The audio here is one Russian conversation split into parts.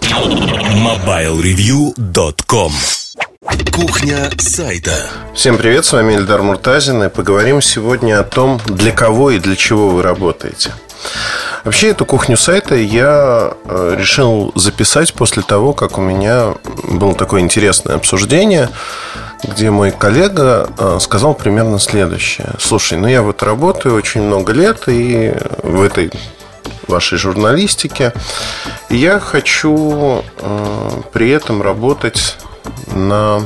MobileReview.com. Кухня сайта. Всем привет, с вами Эльдар Муртазин. И поговорим сегодня о том, для кого и для чего вы работаете. Вообще, эту кухню сайта я решил записать после того, как у меня было такое интересное обсуждение, где мой коллега сказал примерно следующее. Слушай, я вот работаю очень много лет и в этой вашей журналистике, и я хочу при этом работать на...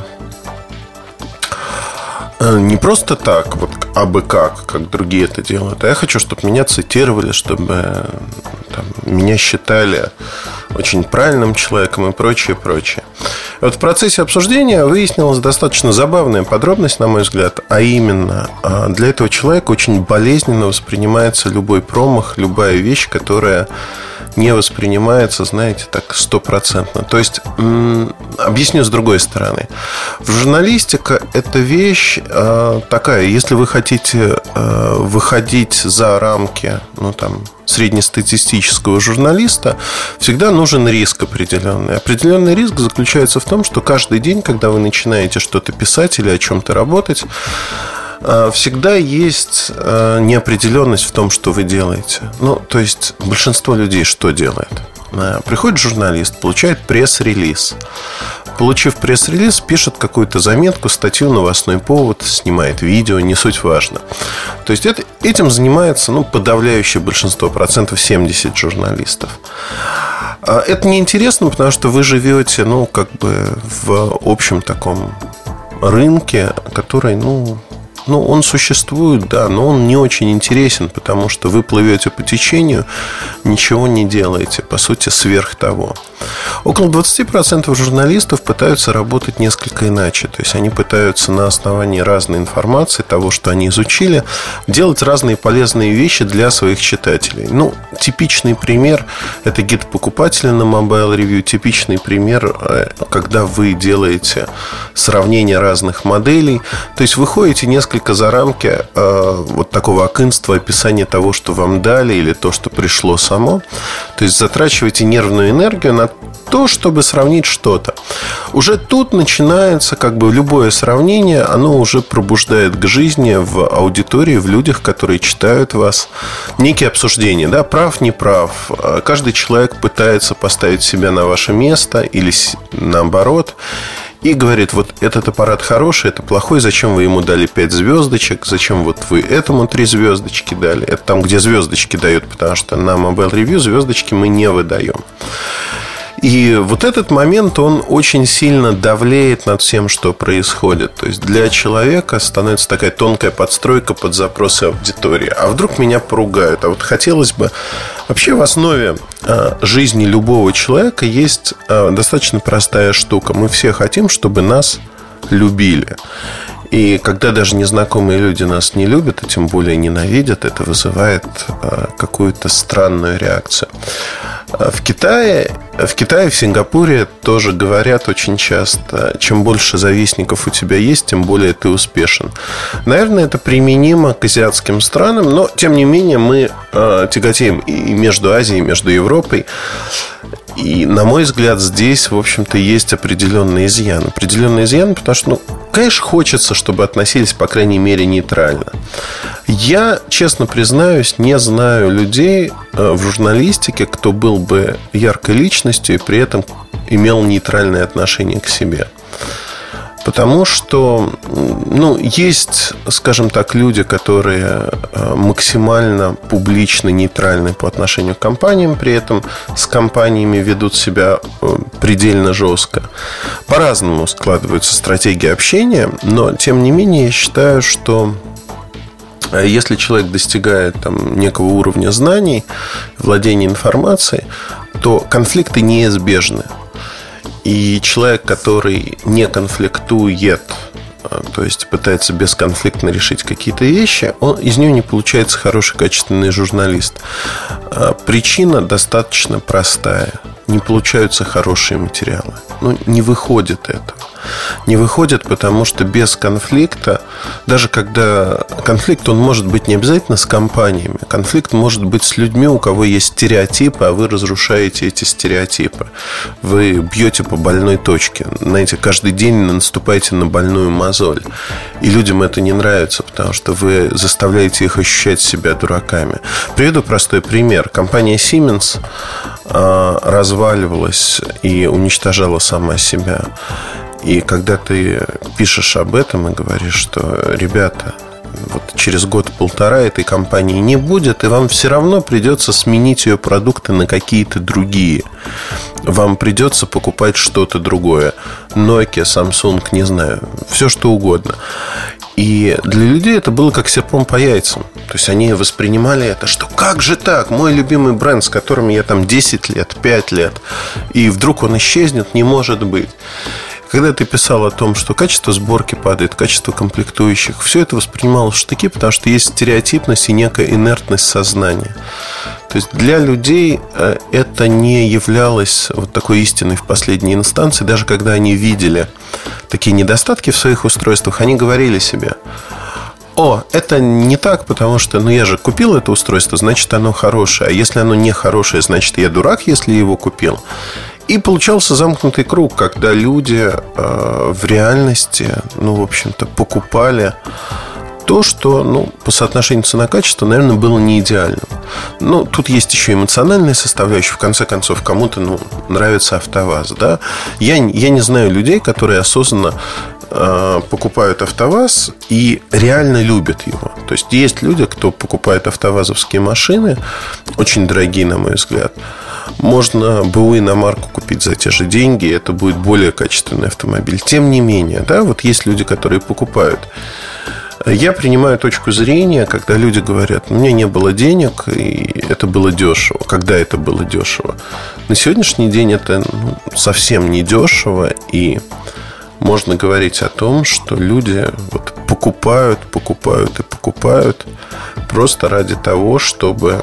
не просто так, вот абы как другие это делают, а я хочу, чтобы меня цитировали, чтобы меня считали очень правильным человеком и прочее. И вот в процессе обсуждения выяснилась достаточно забавная подробность, на мой взгляд, а именно, для этого человека очень болезненно воспринимается любой промах, любая вещь, которая не воспринимается, знаете, так 100%. То есть, объясню с другой стороны. Журналистика – это вещь такая, если вы хотите выходить за рамки, среднестатистического журналиста, всегда нужен риск определенный. Определенный риск заключается в том, что каждый день, когда вы начинаете что-то писать или о чем-то работать, всегда есть неопределенность в том, что вы делаете. То есть большинство людей что делает? Приходит журналист, получает пресс-релиз. Получив пресс-релиз, пишет какую-то заметку, статью, новостной повод, снимает видео, не суть важно. То есть этим занимается подавляющее большинство, 70% журналистов. Это неинтересно, потому что вы живете в общем таком рынке, который он существует, да, но он не очень интересен, потому что вы плывете по течению, ничего не делаете, по сути, сверх того. Около 20% журналистов пытаются работать несколько иначе. То есть они пытаются на основании разной информации, того, что они изучили, делать разные полезные вещи для своих читателей. Типичный пример – это гид покупателя на Mobile Review. Типичный пример, когда вы делаете сравнение разных моделей. То есть вы ходите несколько за рамки вот такого окинства, описания того, что вам дали, или то, что пришло само. То есть затрачиваете нервную энергию на то, чтобы сравнить что-то. Уже тут начинается любое сравнение, оно уже пробуждает к жизни в аудитории, в людях, которые читают вас, некие обсуждения, да, прав, не прав. Каждый человек пытается поставить себя на ваше место или наоборот. И говорит, вот этот аппарат хороший, это плохой, зачем вы ему дали 5 звездочек, зачем вы этому 3 звездочки дали. Это там, где звездочки дают, потому что на Mobile Review звездочки мы не выдаем. И вот этот момент, он очень сильно давлеет над всем, что происходит. То есть для человека становится такая тонкая подстройка под запросы аудитории. А вдруг меня поругают? А вот хотелось бы... Вообще в основе жизни любого человека есть достаточно простая штука. Мы все хотим, чтобы нас любили. И когда даже незнакомые люди нас не любят, а тем более ненавидят, это вызывает какую-то странную реакцию. В Китае, в Сингапуре тоже говорят очень часто: чем больше завистников у тебя есть, тем более ты успешен. Наверное, это применимо к азиатским странам, но тем не менее мы тяготеем и между Азией, и между Европой. И, на мой взгляд, здесь, в общем-то, есть определенный изъян. Определенный изъян, потому что, конечно, хочется, чтобы относились, по крайней мере, нейтрально. Я, честно признаюсь, не знаю людей в журналистике, кто был бы яркой личностью и при этом имел нейтральное отношение к себе. Потому что, есть, скажем так, люди, которые максимально публично нейтральны по отношению к компаниям, при этом с компаниями ведут себя предельно жестко. По-разному складываются стратегии общения, но, тем не менее, я считаю, что если человек достигает некого уровня знаний, владения информацией, то конфликты неизбежны. И человек, который не конфликтует, то есть пытается бесконфликтно решить какие-то вещи, из него не получается хороший, качественный журналист. Причина достаточно простая. Не получаются хорошие материалы. Не выходит этого. Не выходит, потому что без конфликта, даже когда конфликт, он может быть не обязательно с компаниями. Конфликт может быть с людьми, у кого есть стереотипы, а вы разрушаете эти стереотипы. Вы бьете по больной точке. Знаете, каждый день наступаете на больную мозоль. И людям это не нравится, потому что вы заставляете их ощущать себя дураками. Приведу простой пример. Компания Siemens разваливалась и уничтожала сама себя. И когда ты пишешь об этом и говоришь, что, ребята, вот через год-полтора этой компании не будет, и вам все равно придется сменить ее продукты на какие-то другие. Вам придется покупать что-то другое. Nokia, Samsung, не знаю, все что угодно. И для людей это было как серпом по яйцам. То есть они воспринимали это, что как же так? Мой любимый бренд, с которым я там 10 лет, 5 лет, и вдруг он исчезнет, не может быть. Когда ты писал о том, что качество сборки падает, качество комплектующих, все это воспринималось в штыки, потому что есть стереотипность и некая инертность сознания. То есть для людей это не являлось вот такой истиной в последней инстанции. Даже когда они видели такие недостатки в своих устройствах, они говорили себе: о, это не так, потому что, я же купил это устройство, значит оно хорошее. А если оно не хорошее, значит я дурак, если его купил. И получался замкнутый круг, когда люди в реальности, в общем-то, покупали то, что, по соотношению цена-качество, наверное, было не идеальным. Но тут есть еще эмоциональная составляющая. В конце концов, кому-то, нравится АвтоВАЗ, да? Я не знаю людей, которые осознанно покупают АвтоВАЗ и реально любят его. То есть есть люди, кто покупает автовазовские машины, очень дорогие, на мой взгляд. Можно БУ иномарку купить за те же деньги, и это будет более качественный автомобиль. Тем не менее, да, вот есть люди, которые покупают. Я принимаю точку зрения, когда люди говорят: у меня не было денег, и это было дешево. Когда это было дешево? На сегодняшний день это совсем не дешево. И можно говорить о том, что люди покупают и покупают просто ради того, чтобы,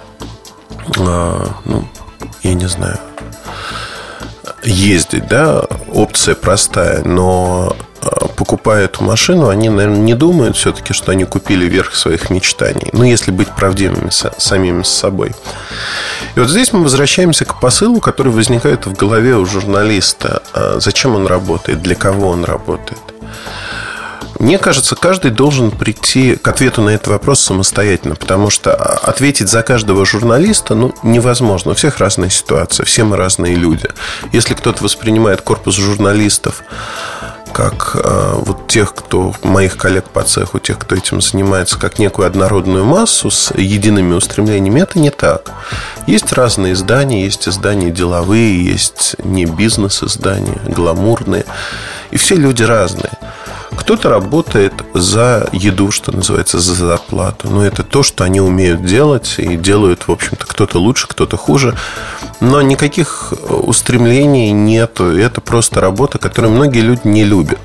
я не знаю, ездить, да, опция простая, но покупая эту машину, они, наверное, не думают все-таки, что они купили верх своих мечтаний. Если быть правдивыми самими с собой. И вот здесь мы возвращаемся к посылу, который возникает в голове у журналиста. Зачем он работает? Для кого он работает? Мне кажется, каждый должен прийти к ответу на этот вопрос самостоятельно, потому что ответить за каждого журналиста невозможно. У всех разные ситуации, все мы разные люди. Если кто-то воспринимает корпус журналистов как тех, кто моих коллег по цеху, тех, кто этим занимается, как некую однородную массу с едиными устремлениями, это не так. Есть разные издания, есть издания деловые, есть не бизнес-издания, гламурные. И все люди разные. Кто-то работает за еду, что называется, за зарплату. Это то, что они умеют делать. И делают, в общем-то, кто-то лучше, кто-то хуже. Но никаких устремлений нету. Это просто работа, которую многие люди не любят.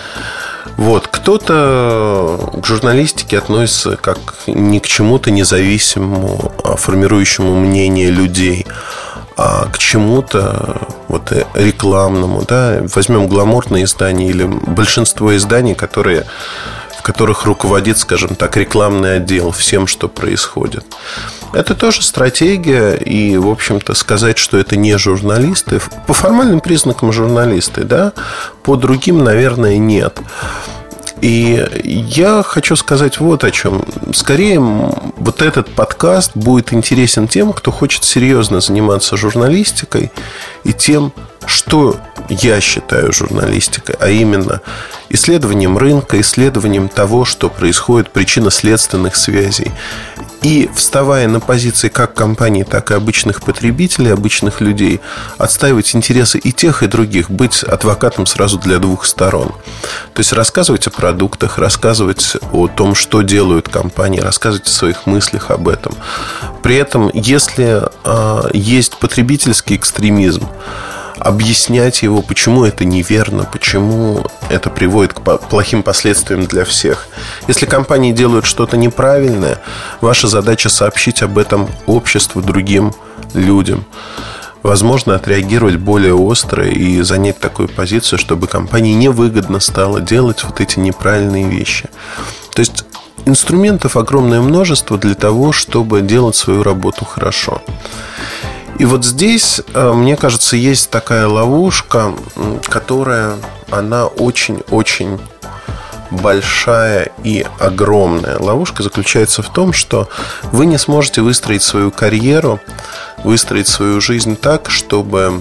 Кто-то к журналистике относится как ни к чему-то независимому, формирующему мнение людей, а к чему-то рекламному, да? Возьмем гламурные издания или большинство изданий, в которых руководит, скажем так, рекламный отдел всем, что происходит. Это тоже стратегия. И, в общем-то, сказать, что это не журналисты, по формальным признакам журналисты, да, по другим, наверное, нет. И я хочу сказать вот о чем. Скорее, этот подкаст будет интересен тем, кто хочет серьезно заниматься журналистикой и тем, что я считаю журналистикой, а именно исследованием рынка, исследованием того, что происходит, причинно-следственных связей. И вставая на позиции как компании, так и обычных потребителей, обычных людей, отстаивать интересы и тех, и других, быть адвокатом сразу для двух сторон. То есть рассказывать о продуктах, рассказывать о том, что делают компании, рассказывать о своих мыслях об этом. При этом, если есть потребительский экстремизм, объяснять его, почему это неверно, почему это приводит к плохим последствиям для всех. Если компании делают что-то неправильное, ваша задача сообщить об этом обществу, другим людям. возможно, отреагировать более остро и занять такую позицию, чтобы компании невыгодно стало делать вот эти неправильные вещи. То есть инструментов огромное множество для того, чтобы делать свою работу хорошо. И вот здесь, мне кажется, есть такая ловушка, которая, она очень-очень большая и огромная. Ловушка заключается в том, что вы не сможете выстроить свою карьеру, выстроить свою жизнь так, чтобы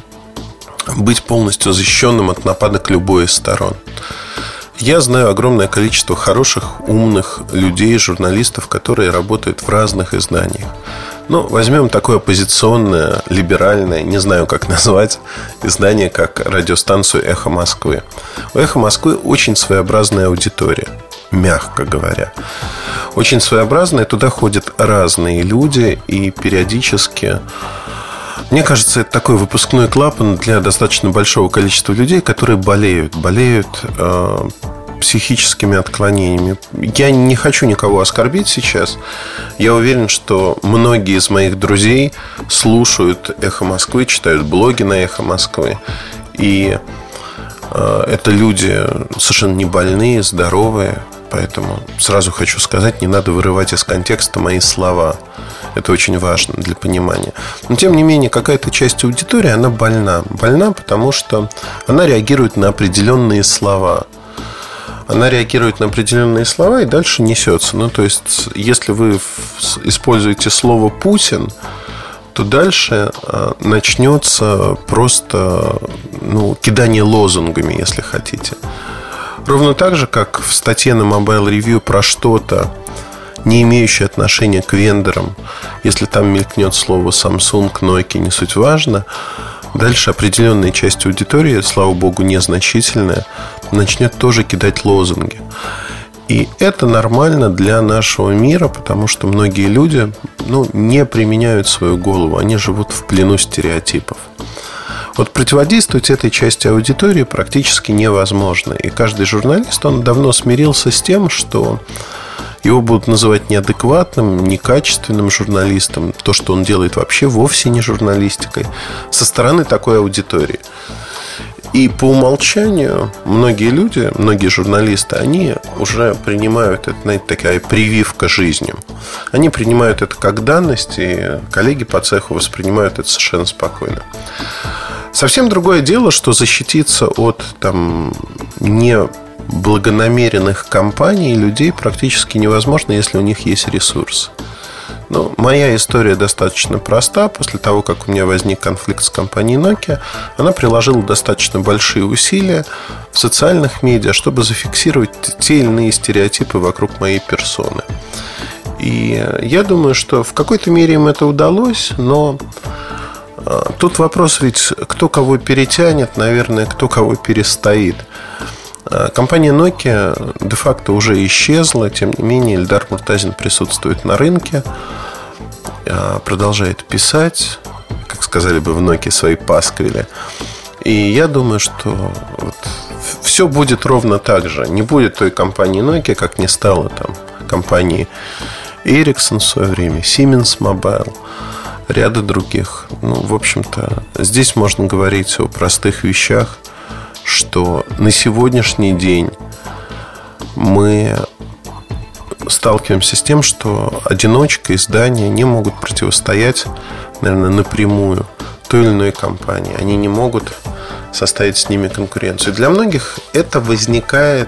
быть полностью защищенным от нападок любой из сторон. Я знаю огромное количество хороших, умных людей, журналистов, которые работают в разных изданиях. Ну, возьмем такое оппозиционное, либеральное, не знаю, как назвать, издание, как радиостанцию «Эхо Москвы». У «Эхо Москвы» очень своеобразная аудитория, мягко говоря. Очень своеобразная, туда ходят разные люди, и периодически... Мне кажется, это такой выпускной клапан для достаточно большого количества людей, которые болеют психическими отклонениями. Я не хочу никого оскорбить сейчас. Я уверен, что многие из моих друзей слушают «Эхо Москвы», читают блоги на «Эхо Москвы». И это люди совершенно не больные, здоровые. Поэтому сразу хочу сказать, не надо вырывать из контекста мои слова. Это очень важно для понимания. Но, тем не менее, какая-то часть аудитории, она больна. Больна, потому что она реагирует на определенные слова. Она реагирует на определенные слова и дальше несется. Ну, то есть, если вы используете слово «Путин», то дальше начнется просто кидание лозунгами, если хотите. Ровно так же, как в статье на Mobile Review про что-то, не имеющее отношения к вендорам, если там мелькнет слово Samsung, Nokia, не суть важно, дальше определенная часть аудитории, слава богу, незначительная, начнет тоже кидать лозунги. И это нормально для нашего мира, потому что многие люди не применяют свою голову, они живут в плену стереотипов. Вот противодействовать этой части аудитории практически невозможно. И каждый журналист, он давно смирился с тем, что его будут называть неадекватным, некачественным журналистом. То, что он делает, вообще вовсе не журналистикой со стороны такой аудитории. И по умолчанию многие люди, многие журналисты, они уже принимают это, знаете, такая прививка жизнью. Они принимают это как данность, и коллеги по цеху воспринимают это совершенно спокойно. Совсем другое дело, что защититься от неблагонамеренных компаний и людей практически невозможно, если у них есть ресурс. Моя история достаточно проста. После того, как у меня возник конфликт с компанией Nokia, она приложила достаточно большие усилия в социальных медиа, чтобы зафиксировать те или иные стереотипы вокруг моей персоны. И я думаю, что в какой-то мере им это удалось, но тут вопрос ведь, кто кого перетянет, наверное, кто кого перестоит. Компания Nokia де-факто уже исчезла. Тем не менее, Эльдар Муртазин присутствует на рынке, продолжает писать, как сказали бы в Nokia, свои пасквили. И я думаю, что все будет ровно так же. Не будет той компании Nokia, как не стало компании Ericsson в свое время, Siemens Mobile, ряда других. В общем-то, здесь можно говорить о простых вещах, что на сегодняшний день мы сталкиваемся с тем, что одиночка, издания не могут противостоять, наверное, напрямую той или иной компании. Они не могут составить с ними конкуренцию. Для многих это возникает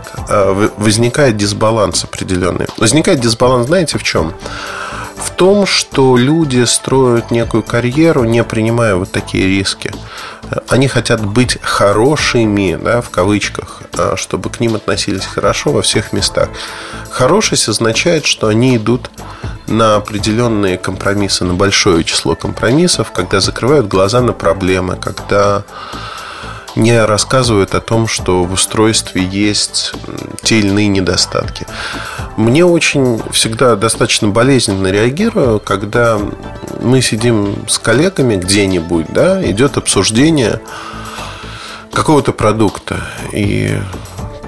дисбаланс определенный. Возникает дисбаланс, знаете, в чем? В том, что люди строят некую карьеру, не принимая вот такие риски. Они хотят быть хорошими, в кавычках, чтобы к ним относились хорошо во всех местах. Хорошесть означает, что они идут на определенные компромиссы, на большое число компромиссов, когда закрывают глаза на проблемы, когда не рассказывают о том, что в устройстве есть те или иные недостатки. Мне очень всегда достаточно болезненно реагирую, когда мы сидим с коллегами где-нибудь, идет обсуждение какого-то продукта, и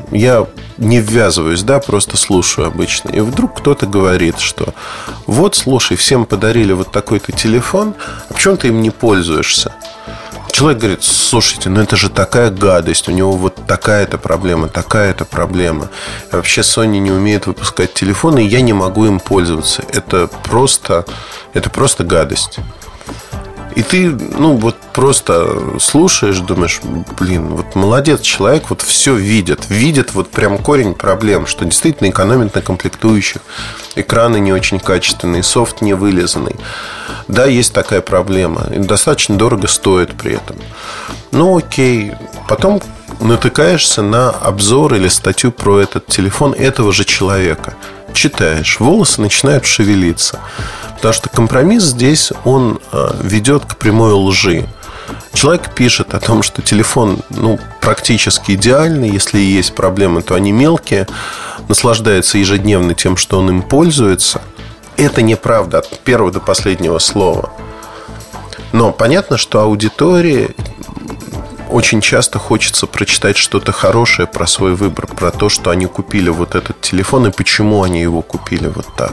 я не ввязываюсь, да, просто слушаю обычно. И вдруг кто-то говорит, что вот, слушай, всем подарили вот такой-то телефон, а почему ты им не пользуешься? Человек говорит: слушайте, ну это же такая гадость, у него вот такая-то проблема, такая-то проблема. И вообще Sony не умеет выпускать телефоны, и я не могу им пользоваться. Это просто гадость. И ты, вот просто слушаешь, думаешь: блин, вот молодец человек, вот все видит вот прям корень проблем, что действительно экономит на комплектующих, экраны не очень качественные, софт не вылизанный. Да, есть такая проблема, и достаточно дорого стоит при этом. Ну окей, потом натыкаешься на обзор или статью про этот телефон этого же человека. Читаешь, волосы начинают шевелиться. Потому что компромисс здесь, он ведет к прямой лжи. Человек пишет о том, что телефон практически идеальный. Если есть проблемы, то они мелкие. Наслаждается ежедневно тем, что он им пользуется. Это неправда от первого до последнего слова. Но понятно, что аудитории очень часто хочется прочитать что-то хорошее про свой выбор, про то, что они купили вот этот телефон и почему они его купили вот так.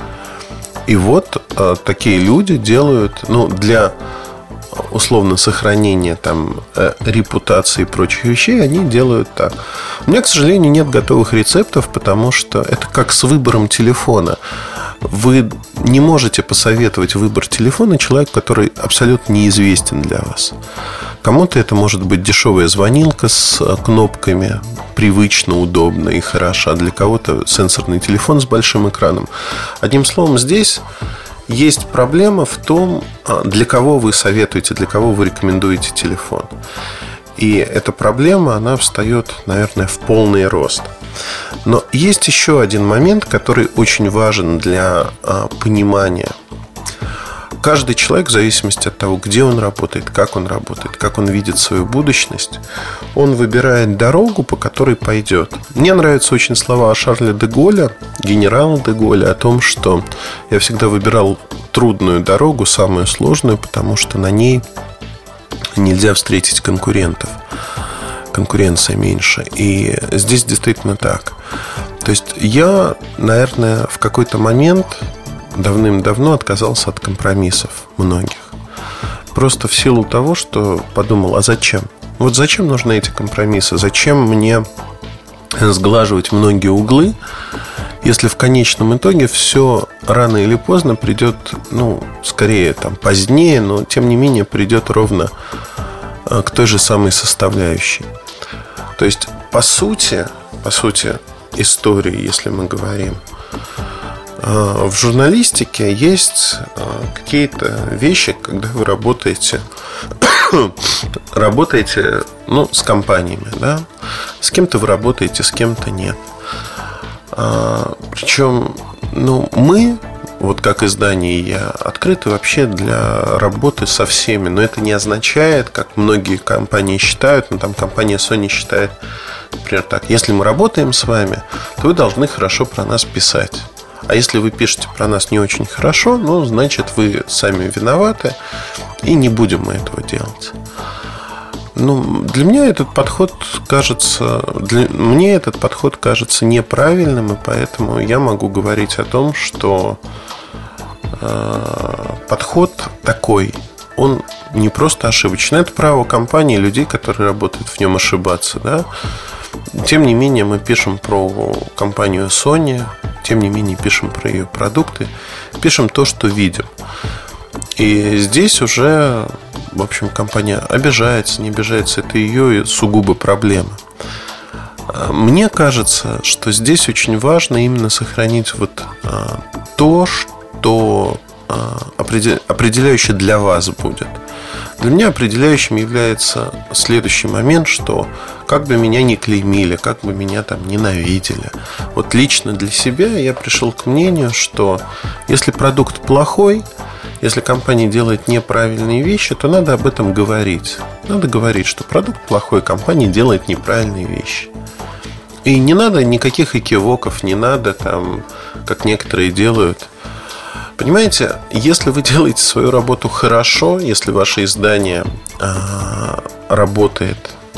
И вот такие люди делают, для условно сохранения там репутации и прочих вещей, они делают так. У меня, к сожалению, нет готовых рецептов, потому что это как с выбором телефона. Вы не можете посоветовать выбор телефона человеку, который абсолютно неизвестен для вас. Кому-то это может быть дешевая звонилка с кнопками, привычно, удобно и хороша. Для кого-то сенсорный телефон с большим экраном. Одним словом, здесь есть проблема в том, для кого вы советуете, для кого вы рекомендуете телефон. И эта проблема, она встает, наверное, в полный рост. Но есть еще один момент, который очень важен для понимания. Каждый человек, в зависимости от того, где он работает, как он видит свою будущность, он выбирает дорогу, по которой пойдет. Мне нравятся очень слова Шарля де Голля, генерала де Голля, о том, что я всегда выбирал трудную дорогу, самую сложную, потому что на ней нельзя встретить конкурентов. Конкуренция меньше. И здесь действительно так. То есть я, наверное, в какой-то момент давным-давно отказался от компромиссов многих. Просто в силу того, что подумал: а зачем? Вот зачем нужны эти компромиссы? Зачем мне сглаживать многие углы, если в конечном итоге все рано или поздно придет, скорее позднее, но тем не менее придет ровно к той же самой составляющей. То есть, по сути истории, если мы говорим, в журналистике есть какие-то вещи, когда вы работаете с компаниями, да? С кем-то вы работаете, с кем-то нет. Причем, мы, вот как издание «Я», открыты вообще для работы со всеми. Но это не означает, как многие компании считают, компания Sony считает, например, так: если мы работаем с вами, то вы должны хорошо про нас писать. А если вы пишете про нас не очень хорошо, значит, вы сами виноваты, и не будем мы этого делать. Для меня этот подход кажется неправильным, и поэтому я могу говорить о том, что подход такой, он не просто ошибочный. Это право компании, людей, которые работают в нем, ошибаться, да? Тем не менее, мы пишем про компанию Sony, тем не менее пишем про ее продукты, пишем то, что видим. И здесь уже, в общем, компания обижается, не обижается, это ее сугубо проблема. Мне кажется, что здесь очень важно именно сохранить то, что определяющее для вас будет. Для меня определяющим является следующий момент, что как бы меня ни клеймили, как бы меня ненавидели, вот лично для себя я пришел к мнению, что если продукт плохой, если компания делает неправильные вещи, то надо об этом говорить. Надо говорить, что продукт плохой, компания делает неправильные вещи. И не надо никаких экивоков, не надо как некоторые делают. Понимаете, если вы делаете свою работу хорошо, если ваше издание работает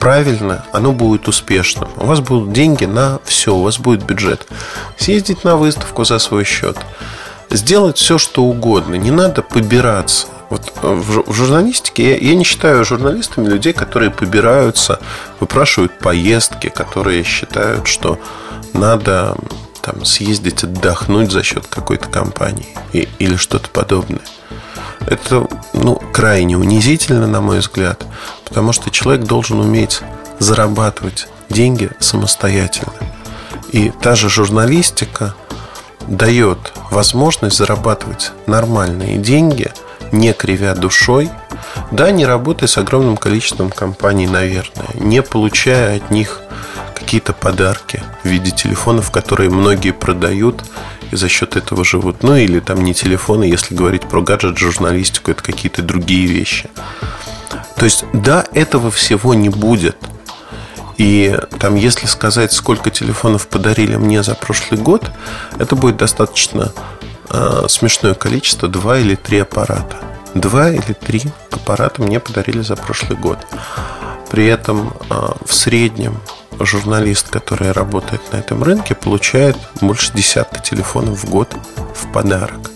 правильно, оно будет успешным. У вас будут деньги на все, у вас будет бюджет. Съездить на выставку за свой счет, сделать все, что угодно. Не надо побираться. Вот в журналистике я не считаю журналистами людей, которые побираются, выпрашивают поездки, которые считают, что надо там съездить отдохнуть за счет какой-то компании или что-то подобное. Это крайне унизительно, на мой взгляд, потому что человек должен уметь зарабатывать деньги самостоятельно. И та же журналистика дает возможность зарабатывать нормальные деньги, не кривя душой. Да, не работая с огромным количеством компаний, наверное, не получая от них какие-то подарки в виде телефонов, которые многие продают и за счет этого живут. Или там не телефоны, если говорить про гаджет-журналистику, это какие-то другие вещи. То есть, да, этого всего не будет. И там, если сказать, сколько телефонов подарили мне за прошлый год, это будет достаточно смешное количество, 2 или 3 аппарата. 2 или 3 аппарата мне подарили за прошлый год. При этом в среднем журналист, который работает на этом рынке, получает больше десятка телефонов в год в подарок.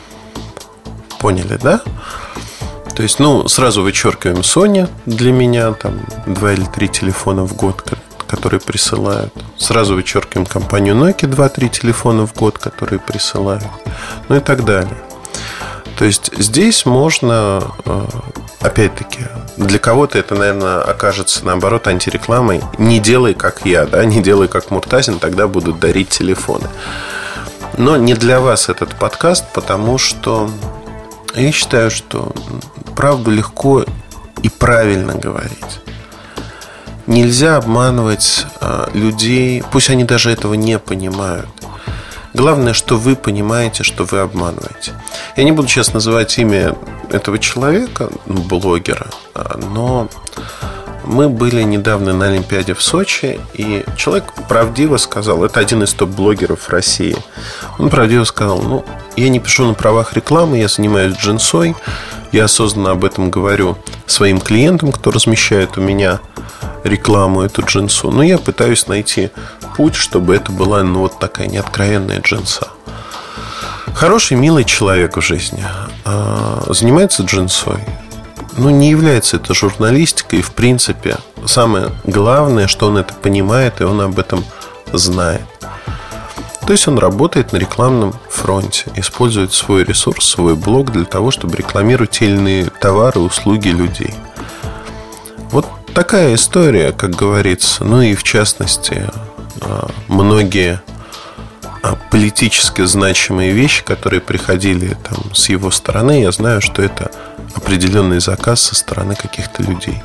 Поняли, да? То есть, сразу вычеркиваем Sony для меня, там 2 или 3 телефона в год, которые присылают. Сразу вычеркиваем компанию Nokia, 2-3 телефона в год, которые присылают. И так далее. То есть здесь можно, опять-таки, для кого-то это, наверное, окажется, наоборот, антирекламой. Не делай, как я, да, не делай, как Муртазин, тогда будут дарить телефоны. Но не для вас этот подкаст, потому что я считаю, что правду легко и правильно говорить. Нельзя обманывать людей, пусть они даже этого не понимают. Главное, что вы понимаете, что вы обманываете. Я не буду сейчас называть имя этого человека, блогера, но мы были недавно на Олимпиаде в Сочи, и человек правдиво сказал, это один из топ-блогеров России, он правдиво сказал, я не пишу на правах рекламы, я занимаюсь джинсой, я осознанно об этом говорю своим клиентам, кто размещает у меня рекламу, эту джинсу. Но я пытаюсь найти путь, чтобы это была вот такая неоткровенная джинса. Хороший, милый человек в жизни. Занимается джинсой. Не является это журналистикой. И в принципе самое главное, что он это понимает, и он об этом знает. То есть он работает на рекламном фронте, использует свой ресурс, свой блог для того, чтобы рекламировать те или иные товары, услуги людей. Вот такая история, как говорится. И в частности, многие политически значимые вещи, которые приходили там с его стороны, я знаю, что это определенный заказ со стороны каких-то людей.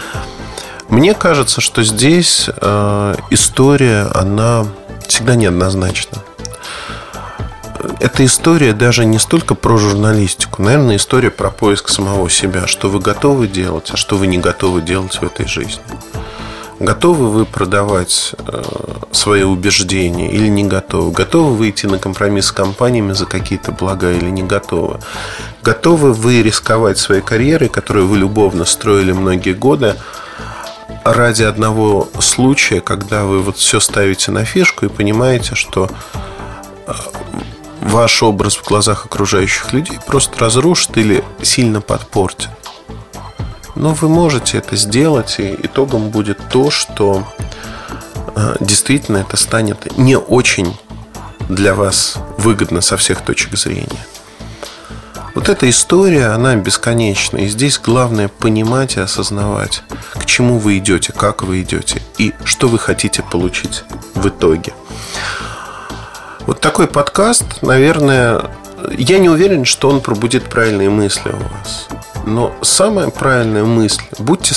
Мне кажется, что здесь история, она всегда неоднозначна. Эта история даже не столько про журналистику. Наверное, история про поиск самого себя. Что вы готовы делать, а что вы не готовы делать в этой жизни. Готовы вы продавать свои убеждения или не готовы? Готовы вы идти на компромисс с компаниями за какие-то блага или не готовы? Готовы вы рисковать своей карьерой, которую вы любовно строили многие годы, ради одного случая, когда вы вот все ставите на фишку и понимаете, что ваш образ в глазах окружающих людей просто разрушит или сильно подпортит? Но вы можете это сделать, и итогом будет то, что действительно это станет не очень для вас выгодно со всех точек зрения. Вот эта история, она бесконечна. И здесь главное понимать и осознавать, к чему вы идете, как вы идете и что вы хотите получить в итоге. Вот такой подкаст, наверное, я не уверен, что он пробудит правильные мысли у вас. Но самая правильная мысль: будьте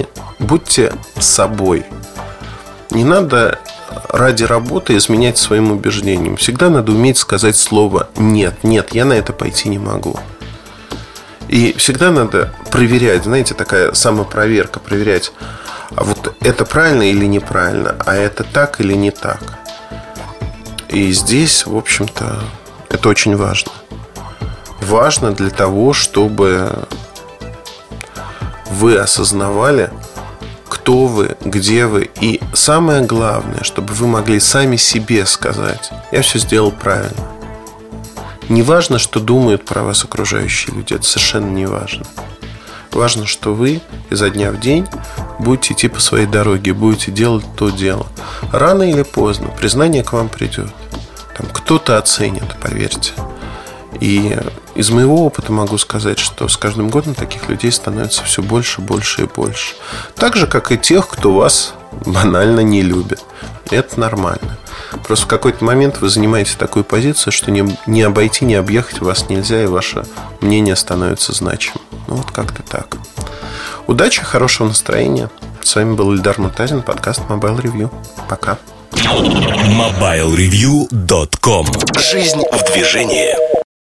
собой. Не надо ради работы изменять своим убеждениям. Всегда надо уметь сказать слово «нет». Нет, я на это пойти не могу. И всегда надо проверять, знаете, такая самопроверка, проверять, а вот это правильно или неправильно, а это так или не так. И здесь, в общем-то, это очень важно. Важно для того, чтобы вы осознавали, кто вы, где вы. И самое главное, чтобы вы могли сами себе сказать: я все сделал правильно. Не важно, что думают про вас окружающие люди. Это совершенно не важно. Важно, что вы изо дня в день будете идти по своей дороге, будете делать то дело. Рано или поздно признание к вам придет. Там кто-то оценит, поверьте. И из моего опыта могу сказать, что с каждым годом таких людей становится все больше, больше и больше. Так же, как и тех, кто вас банально не любит. Это нормально. Просто в какой-то момент вы занимаете такую позицию, что не обойти, не объехать вас нельзя, и ваше мнение становится значимым. Ну, вот как-то так. Удачи, хорошего настроения. С вами был Эльдар Муртазин, подкаст Mobile Review. Пока. MobileReview.com. Жизнь в движении.